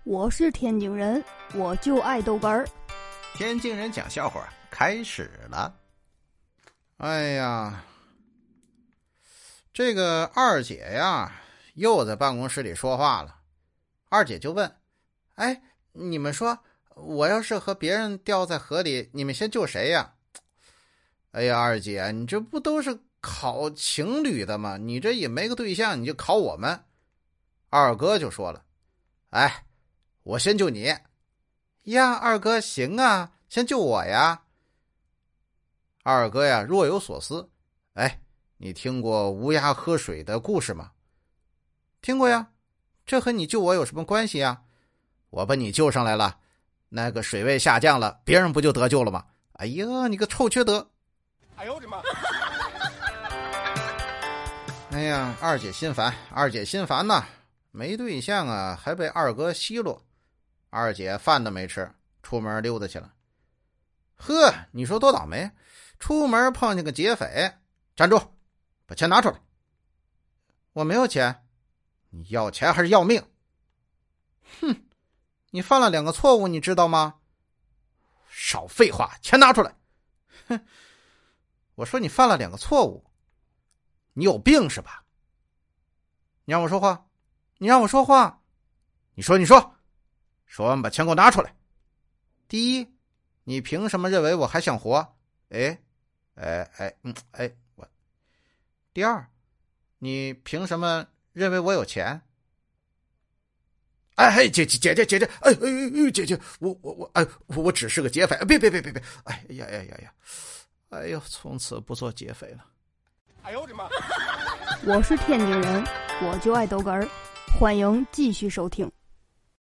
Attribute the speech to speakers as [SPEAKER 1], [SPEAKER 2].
[SPEAKER 1] 我是天津人，我就爱豆干儿。
[SPEAKER 2] 天津人讲笑话开始了。
[SPEAKER 3] 哎呀，这个二姐呀，又在办公室里说话了。二姐就问：哎，你们说我要是和别人掉在河里，你们先救谁呀？哎呀，二姐，你这不都是考情侣的吗？你这也没个对象，你就考我们。二哥就说了：哎，我先救你。呀，二哥行啊，先救我呀。二哥呀若有所思：哎，你听过乌鸦喝水的故事吗？听过呀，这和你救我有什么关系呀？我把你救上来了，那个水位下降了，别人不就得救了吗？哎呀，你个臭缺德！
[SPEAKER 2] 哎呦我的妈！
[SPEAKER 3] 哎呀，二姐心烦呐，没对象啊，还被二哥奚落。二姐饭都没吃，出门溜达去了。呵，你说多倒霉，出门碰见个劫匪。站住，把钱拿出来。我没有钱。你要钱还是要命？哼，你犯了2个错误，你知道吗？少废话，钱拿出来。哼，我说你犯了2个错误。你有病是吧？你让我说话，你让我说话。你说，说完把钱给我拿出来。第一，你凭什么认为我还想活？我。第二，你凭什么认为我有钱？哎，姐，姐姐，我只是个劫匪，别，哎呀，哎呦，从此不做劫匪了。
[SPEAKER 2] 哎呦我的妈！
[SPEAKER 1] 我是天津人，我就爱豆干儿。欢迎继续收听。